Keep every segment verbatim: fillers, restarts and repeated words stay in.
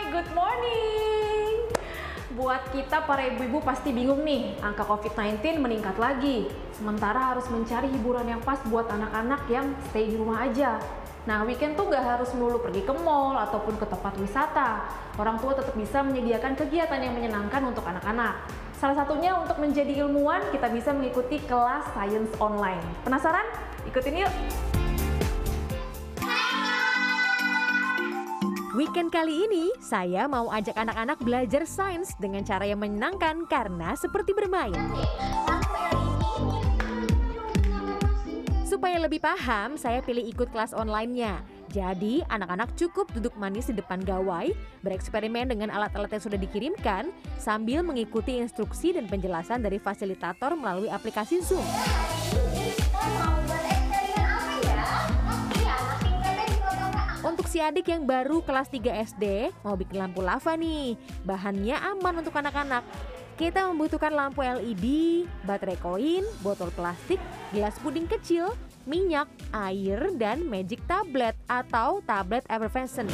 good morning. Buat kita para ibu-ibu pasti bingung nih, angka covid sembilan belas meningkat lagi. Sementara harus mencari hiburan yang pas buat anak-anak yang stay di rumah aja. Nah, weekend tuh gak harus melulu pergi ke mall ataupun ke tempat wisata. Orang tua tetap bisa menyediakan kegiatan yang menyenangkan untuk anak-anak. Salah satunya untuk menjadi ilmuwan, kita bisa mengikuti kelas sains online. Penasaran? Ikutin yuk! Weekend kali ini, saya mau ajak anak-anak belajar sains dengan cara yang menyenangkan karena seperti bermain. Supaya lebih paham, saya pilih ikut kelas online-nya. Jadi, anak-anak cukup duduk manis di depan gawai, bereksperimen dengan alat-alat yang sudah dikirimkan, sambil mengikuti instruksi dan penjelasan dari fasilitator melalui aplikasi Zoom. Untuk si adik yang baru kelas tiga S D, mau bikin lampu lava nih. Bahannya aman untuk anak-anak. Kita membutuhkan lampu L E D, baterai koin, botol plastik, gelas puding kecil, minyak, air, dan magic tablet atau tablet effervescent.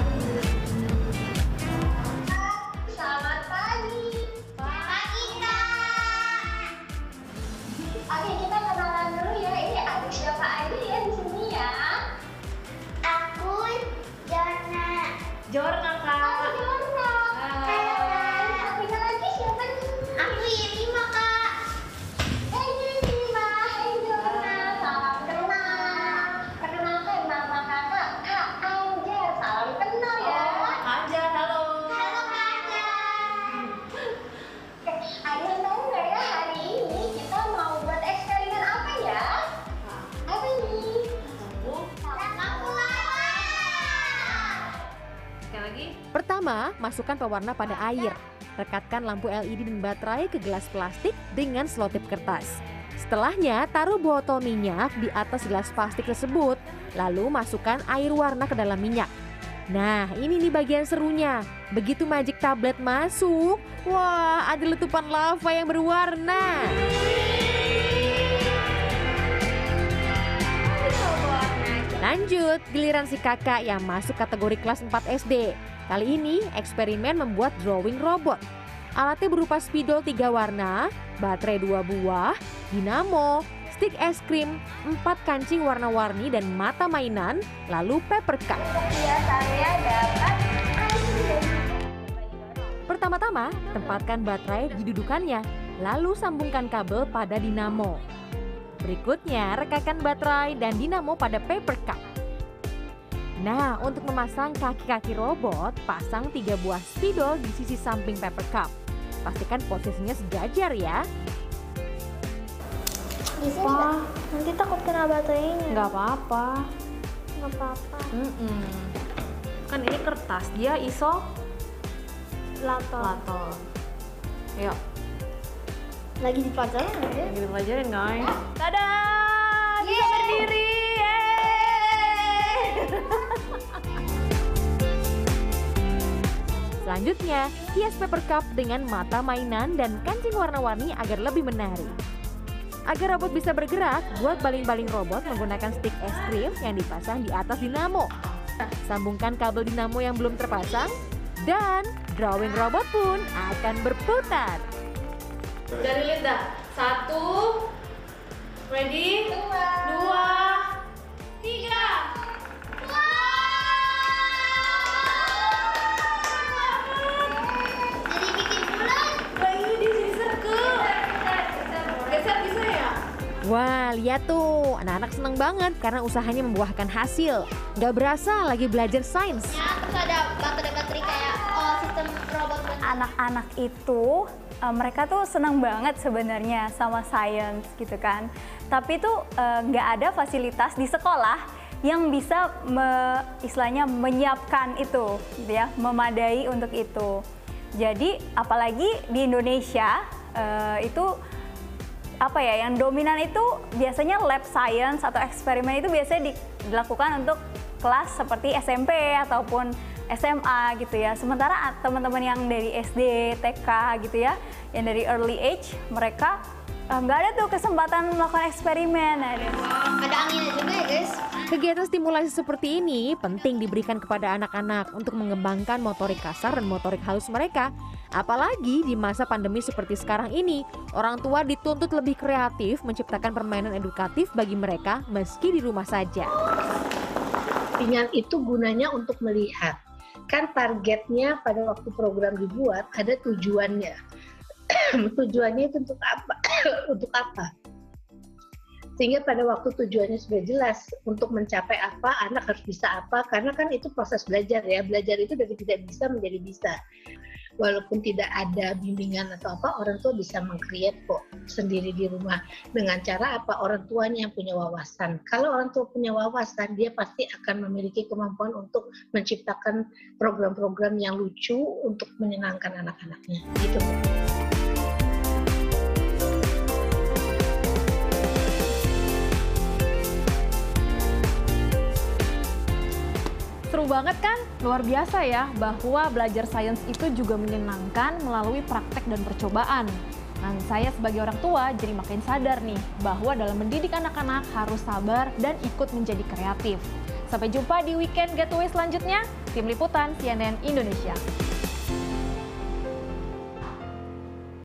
Selamat pagi. Pagi, Kak. Oke, kita kenalan dulu ya. Ini ada siapa aja ya di sini ya? Aku Jorna. Jorna, Kak. Aku Jorna. Halo, guys. Satunya lagi siapa nih? Aku Yelima, Kak. Hai Yelima, hai Jorna. Salam kenal. Perkenalkan nama kakak, Kak Anjar. Salam kenal ya. Oh, Anjar, halo. Halo Kak Anjar. Oke, ada yang tahu nggak ya hari ini kita mau buat eksperimen apa ya? Apa ini? Lampu lava. Sekali lagi. Pertama, masukkan pewarna pada air. Rekatkan lampu L E D dan baterai ke gelas plastik dengan selotip kertas. Setelahnya, taruh botol minyak di atas gelas plastik tersebut. Lalu masukkan air warna ke dalam minyak. Nah, ini nih bagian serunya. Begitu magic tablet masuk, wah, ada letupan lava yang berwarna. Lanjut, giliran si kakak yang masuk kategori kelas empat S D. Kali ini eksperimen membuat drawing robot. Alatnya berupa spidol tiga warna, baterai dua buah, dinamo, stik es krim, empat kancing warna-warni dan mata mainan, lalu paper cup. Biasanya dapat. Pertama-tama, tempatkan baterai di dudukannya, lalu sambungkan kabel pada dinamo. Berikutnya, rekatkan baterai dan dinamo pada paper cup. Nah, untuk memasang kaki-kaki robot, pasang tiga buah spidol di sisi samping paper cup. Pastikan posisinya sejajar ya. Bisa nanti takut kena baterainya. Nggak apa-apa. Nggak apa-apa. Mm-mm. Kan ini kertas, dia iso Lato. lato. Yuk, Lagi dipelajarin nggak ya? lagi dipelajarin guys. Dadah, bisa Yeay. berdiri. Yeay. Selanjutnya, hias paper cup dengan mata mainan dan kancing warna-warni agar lebih menarik. Agar robot bisa bergerak, buat baling-baling robot menggunakan stik es krim yang dipasang di atas dinamo. Sambungkan kabel dinamo yang belum terpasang, dan drawing robot pun akan berputar. Dari Linda, satu, ready, Dua. dua, tiga. Jadi bikin bulan. Wah, ini dia jadi circle. Geser bisa ya? Wah, lihat tuh, anak-anak seneng banget karena usahanya membuahkan hasil. Gak berasa lagi belajar sains. Ya, terus ada baterai-baterai kayak oh, sistem robot. Anak-anak itu uh, mereka tuh senang banget sebenarnya sama sains gitu kan. Tapi tuh uh, nggak ada fasilitas di sekolah yang bisa me, istilahnya menyiapkan itu, gitu ya, memadai untuk itu. Jadi apalagi di Indonesia uh, itu apa ya, yang dominan itu biasanya lab science atau eksperimen itu biasanya dilakukan untuk kelas seperti S M P ataupun S M A gitu ya. Sementara teman-teman yang dari S D, T K gitu ya, yang dari early age, mereka nggak uh, ada tuh kesempatan melakukan eksperimen. Ada. Ada anginnya juga ya guys. Kegiatan stimulasi seperti ini penting diberikan kepada anak-anak untuk mengembangkan motorik kasar dan motorik halus mereka. Apalagi di masa pandemi seperti sekarang ini, orang tua dituntut lebih kreatif menciptakan permainan edukatif bagi mereka meski di rumah saja. Pinyan itu gunanya untuk melihat. Kan targetnya pada waktu program dibuat ada tujuannya. Tujuannya itu untuk apa? Untuk apa? Sehingga pada waktu tujuannya sudah jelas untuk mencapai apa, anak harus bisa apa, karena kan itu proses belajar ya. Belajar itu dari tidak bisa menjadi bisa. Walaupun tidak ada bimbingan atau apa, orang tua bisa meng-create kok sendiri di rumah. Dengan cara apa? Orang tuanya yang punya wawasan. Kalau orang tua punya wawasan, dia pasti akan memiliki kemampuan untuk menciptakan program-program yang lucu untuk menyenangkan anak-anaknya. Gitu. Seru banget kan? Luar biasa ya, bahwa belajar sains itu juga menyenangkan melalui praktek dan percobaan. Dan saya sebagai orang tua jadi makin sadar nih, bahwa dalam mendidik anak-anak harus sabar dan ikut menjadi kreatif. Sampai jumpa di Weekend Getaway selanjutnya. Tim Liputan C N N Indonesia.